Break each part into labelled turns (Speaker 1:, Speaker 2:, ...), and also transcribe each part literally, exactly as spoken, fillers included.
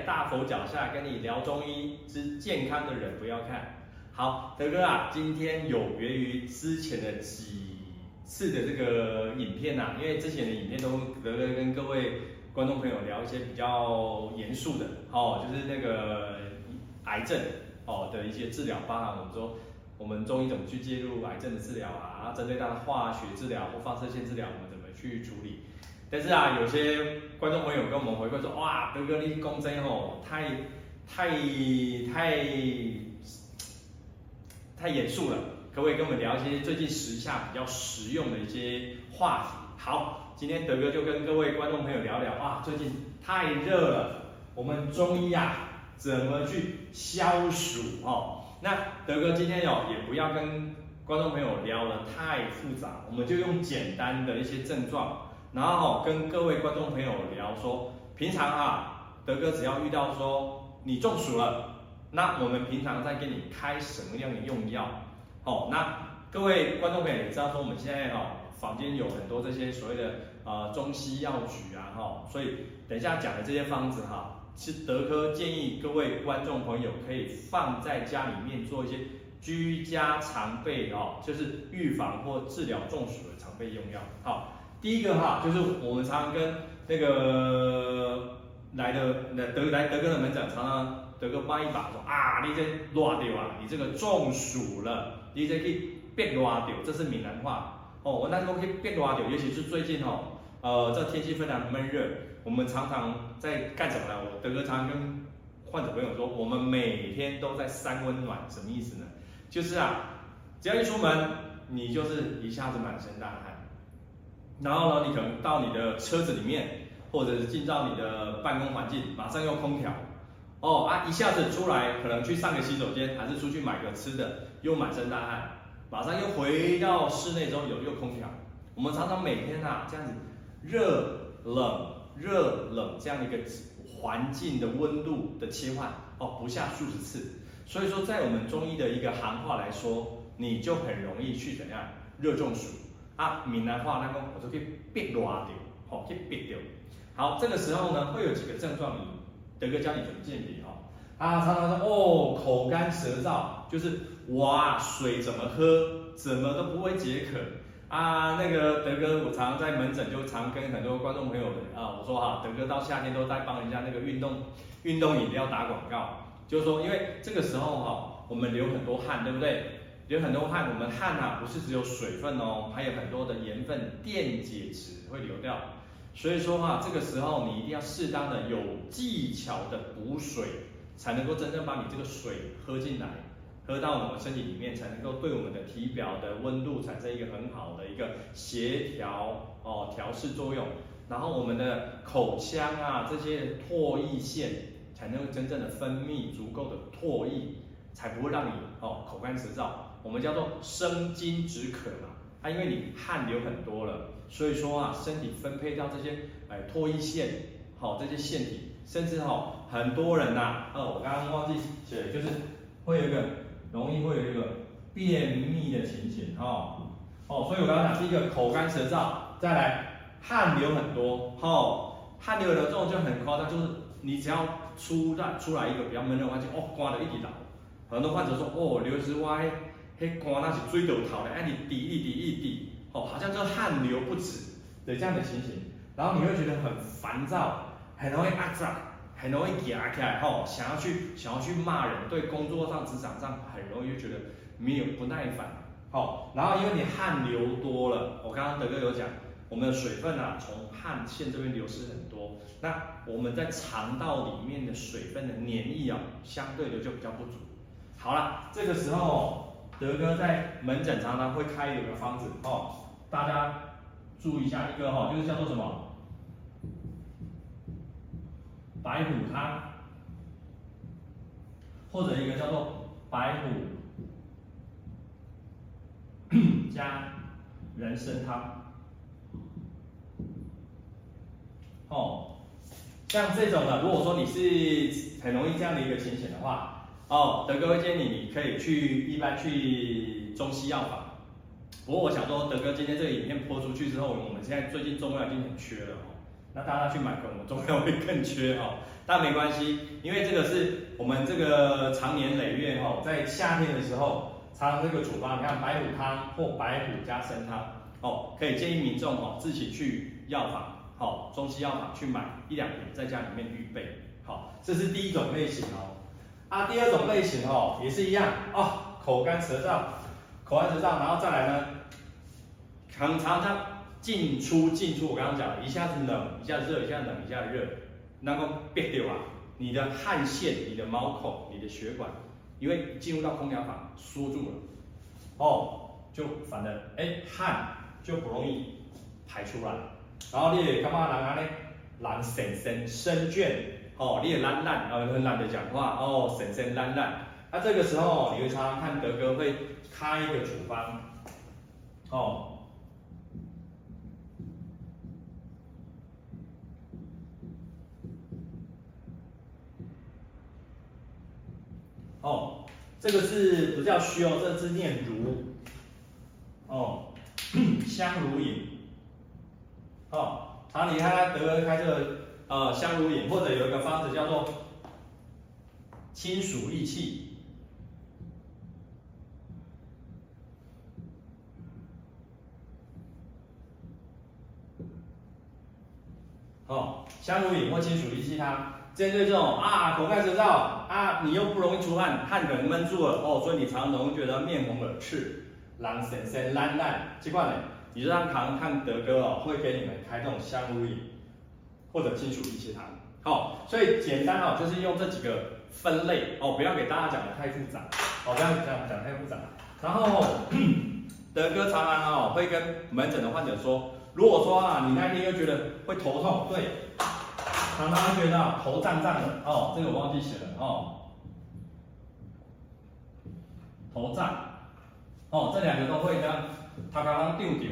Speaker 1: 在大佛脚下跟你聊中医之健康的人不要看。好，德哥啊，今天有别于之前的几次的这个影片啊，因为之前的影片都德哥跟各位观众朋友聊一些比较严肃的，哦，就是那个癌症哦的一些治疗，包含我们说我们中医怎么去介入癌症的治疗啊，然后针对它的化学治疗或放射线治疗，我们怎么去处理。但是啊，有些观众朋友跟我们回馈说，哇，德哥你讲真哦，太太太太严肃了，可不可以跟我们聊一些最近时下比较实用的一些话题？好，今天德哥就跟各位观众朋友聊聊啊，最近太热了，我们中医啊怎么去消暑哦？那德哥今天哦也不要跟观众朋友聊得太复杂，我们就用简单的一些症状。然后跟各位观众朋友聊说，平常啊，德哥只要遇到说你中暑了，那我们平常在给你开什么样的用药？哦，那各位观众朋友也知道说，我们现在哦，坊间有很多这些所谓的呃中西药局啊，哈、哦，所以等一下讲的这些方子哈，是德哥建议各位观众朋友可以放在家里面做一些居家常备哦，就是预防或治疗中暑的常备用药，好。第一个哈，就是我们常常跟那个来的德来德哥的门诊，常常德哥帮一把说啊，你这热掉啊，你这个中暑了，你这去变热掉，这是闽南话哦。我那时候可以变热掉，尤其是最近哦，呃，这天气非常闷热，我们常常在干什么呢？我德哥常常跟患者朋友说，我们每天都在三温暖，什么意思呢？就是啊，只要一出门，你就是一下子满身大汗。然后呢，你可能到你的车子里面，或者是进到你的办公环境，马上用空调，哦啊，一下子出来，可能去上个洗手间，还是出去买个吃的，又满身大汗，马上又回到室内之后有又空调。我们常常每天啊这样子热冷热冷这样的一个环境的温度的切换，哦，不下数十次。所以说，在我们中医的一个行话来说，你就很容易去怎样热中暑。啊，闽南话那个我就可以变热掉，好，可以变掉。好，这个时候呢，会有几个症状，你德哥教你怎么鉴别哈。啊，常常说哦，口干舌燥，就是哇，水怎么喝，怎么都不会解渴。啊，那个德哥，我常常在门诊就常跟很多观众朋友们啊，我说哈，德哥到夏天都在帮人家那个运动运动饮料打广告，就是说，因为这个时候哈，我们流很多汗，对不对？流很多汗，我们汗啊不是只有水分哦，还有很多的盐分、电解质会流掉。所以说哈、啊，这个时候你一定要适当的有技巧的补水，才能够真正把你这个水喝进来，喝到我们身体里面，才能够对我们的体表的温度产生一个很好的一个协调哦调试作用。然后我们的口腔啊这些唾液腺才能够真正的分泌足够的唾液，才不会让你哦口干舌燥。我们叫做生津止渴嘛，啊，因为你汗流很多了，所以说啊，身体分配到这些哎唾液腺，好、哦、这些腺体，甚至哈、哦、很多人呐、啊，哦我刚刚忘记写，就是会有一个容易会有一个便秘的情形哈，哦，所以我刚刚讲第一个口干舌燥，再来汗流很多，哦，汗流很多这种就很夸张，就是你只要出来出来一个比较闷热的环境，哦，刮了一滴倒，很多患者说哦，刘医师我迄迄汗那是水到头咧，哎你滴一滴一滴，哦，好像这汗流不止的这样的情形，然后你会觉得很烦躁，很容易压榨，很容易压起来，吼、哦，想要去想要去骂人，对工作上职场上很容易就觉得没有不耐烦，好、哦，然后因为你汗流多了，我刚刚德哥有讲，我们的水分啊从汗腺这边流失很多，那我们在肠道里面的水分的黏液啊，相对的就比较不足。好了，这个时候德哥在门诊常常会开有个方子哦，大家注意一下，一个哈、哦、就是叫做什么白虎汤，或者一个叫做白虎加人参汤，哦，像这种的，如果说你是很容易这样的一个情形的话。哦，德哥会建议你，你可以去一般去中西药房。不过我想说，德哥今天这个影片播出去之后，我们现在最近中药已经很缺了哦。 那大家去买，可能我中药会更缺哦。但没关系，因为这个是我们这个长年累月哦，在夏天的时候，常常这个处方，你看白虎汤或白虎加参汤哦，可以建议民众哦自己去药房，好、哦、中西药房去买一两瓶，在家里面预备。好，这是第一种类型哦。啊，第二种类型哦，也是一样哦，口干舌燥，口干舌燥，然后再来呢，常常常进出进出，我刚刚讲了，一下子冷，一下热，一下冷，一下热，那个憋掉啊，你的汗腺、你的毛孔、你的血管，因为进入到空调房缩住了，哦，就反而哎汗就不容易排出来，然后你也干嘛人安呢？人神神生倦。哦，你也懒懒，呃，很懒得讲话，哦，神神懒懒。那、啊、这个时候，你会常常看德哥会开一个处方，哦，哦，这个是不叫虚哦，这个字念如，哦，香如饮，哦，好，你看看德哥开这个呃香如饮，或者有一个方子叫做清暑益气。哦，香如饮或清暑益气汤，针对这种啊口干舌燥啊，你又不容易出汗，汗可能闷住了哦，所以你常常会觉得面红耳赤，狼神神烂烂，这块呢，你就让常看德哥哦，会给你们开这种香如饮或者清暑益气汤。好、哦，所以简单哦，就是用这几个分类哦，不要给大家讲的太复杂，哦，不要讲讲太复杂。然后德哥常常哦会跟门诊的患者说。如果说啊，你那天又觉得会头痛，对，常常觉得头胀胀的，哦，这个我忘记写了哦，头胀，哦，这两个都会这样，他刚刚丢丢，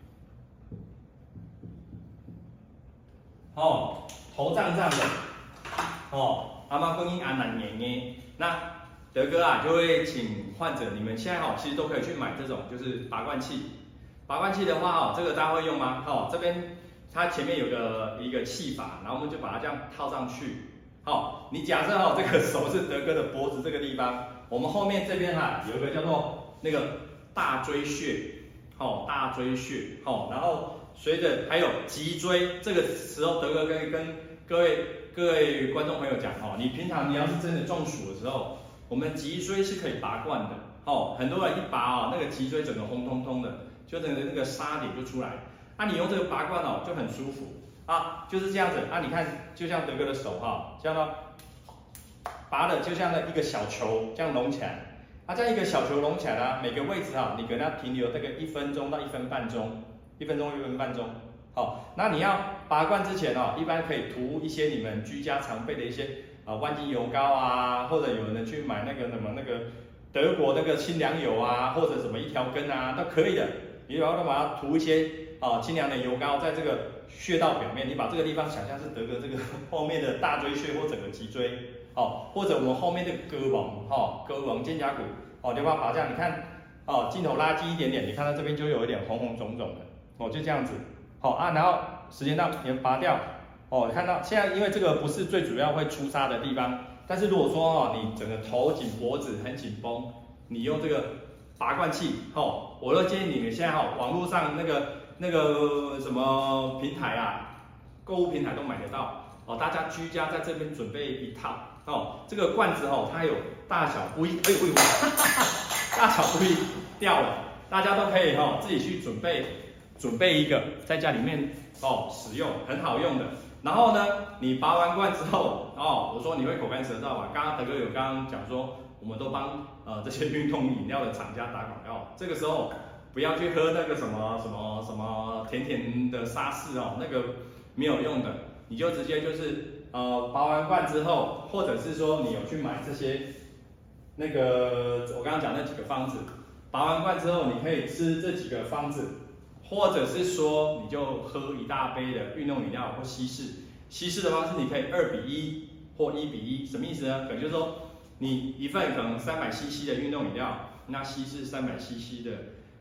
Speaker 1: 哦，头胀胀的，哦，阿妈婚姻安难黏黏，那德哥啊就会请患者，你们现在哦其实都可以去买这种就是拔罐器。拔罐器的话，哦，这个大家会用吗？哦，这边它前面有个一个气阀，然后我们就把它这样套上去。好、哦，你假设哦，这个手是德哥的脖子这个地方，我们后面这边哈、啊、有一个叫做那个大椎穴，哦，大椎穴，哦，然后随着还有脊椎，这个时候德哥可以跟各位各位观众朋友讲哦，你平常你要是真的中暑的时候，我们脊椎是可以拔罐的。哦，很多人一拔哦，那个脊椎整个红彤彤的。就等于那个沙点就出来，那、啊、你用这个拔罐哦，就很舒服啊，就是这样子。啊，你看，就像德哥的手哈，这样呢，拔的就像那一个小球这样隆起来，啊，这样一个小球隆起来呢，每个位置哈，你给它停留大概一分钟到一分半钟，一分钟一分半钟。好，那你要拔罐之前哦，一般可以涂一些你们居家常备的一些啊万金油膏啊，或者有人去买那个什么那个德国那个清凉油啊，或者什么一条根啊，都可以的。你然后把它涂一些啊清凉的油膏在这个穴道表面，你把这个地方想象是德哥这个后面的大椎穴或整个脊椎，哦，或者我们后面的歌王，哈、哦，歌王肩胛骨，哦，就把它拔这样，你看，哦，镜头拉近一点点，你看到这边就有一点红红肿肿的，哦，就这样子，好、哦、啊，然后时间到，你拔掉，哦，看到现在因为这个不是最主要会出痧的地方，但是如果说哦你整个头颈脖子很紧绷，你用这个拔罐器，哦，我都建议你们现在哈、哦，网络上那个那个什么平台啊，购物平台都买得到，哦，大家居家在这边准备一套，哦，这个罐子哦，它有大小不一，哎呦哎呦，大小不一掉了，大家都可以哈、哦、自己去准备准备一个在家里面哦使用，很好用的。然后呢，你拔完罐之后，哦，我说你会口干舌燥吧？刚刚德哥有刚刚讲说。我们都帮呃这些运动饮料的厂家打广告，这个时候不要去喝那个什么什么什么甜甜的沙士哦，那个没有用的，你就直接就是呃拔完罐之后，或者是说你有去买这些那个我刚刚讲那几个方子，拔完罐之后你可以吃这几个方子，或者是说你就喝一大杯的运动饮料或稀释，稀释的方式你可以二比一或一比一，什么意思呢？可能就是说。你一份可能三百 C C 的运动饮料，那稀释三百 C C 的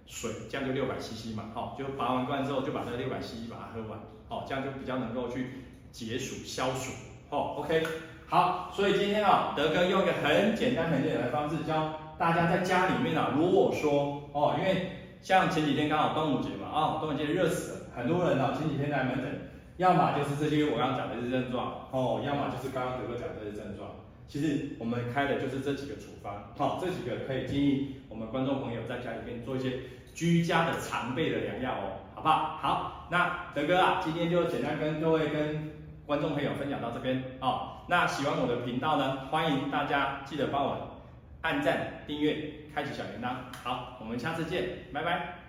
Speaker 1: 水，这样就六百 C C 嘛，好、哦，就拔完罐之后就把这六百 C C 把它喝完，好、哦，这样就比较能够去解暑消暑，哦 ，OK， 好，所以今天啊，德哥用一个很简单很简单的方式教大家在家里面啊，如果说哦，因为像前几天刚好端午节嘛，啊、哦，端午节热死了，很多人啊前几天来门诊，要么就是这些我刚刚讲的这些症状，哦，要么就是刚刚德哥讲的这些症状。其实我们开的就是这几个处方，好、哦，这几个可以建议我们观众朋友在家里面做一些居家的常备的良药哦，好不好？好，那德哥啊，今天就简单跟各位跟观众朋友分享到这边哦。那喜欢我的频道呢，欢迎大家记得帮我按赞、订阅、开启小铃铛。好，我们下次见，拜拜。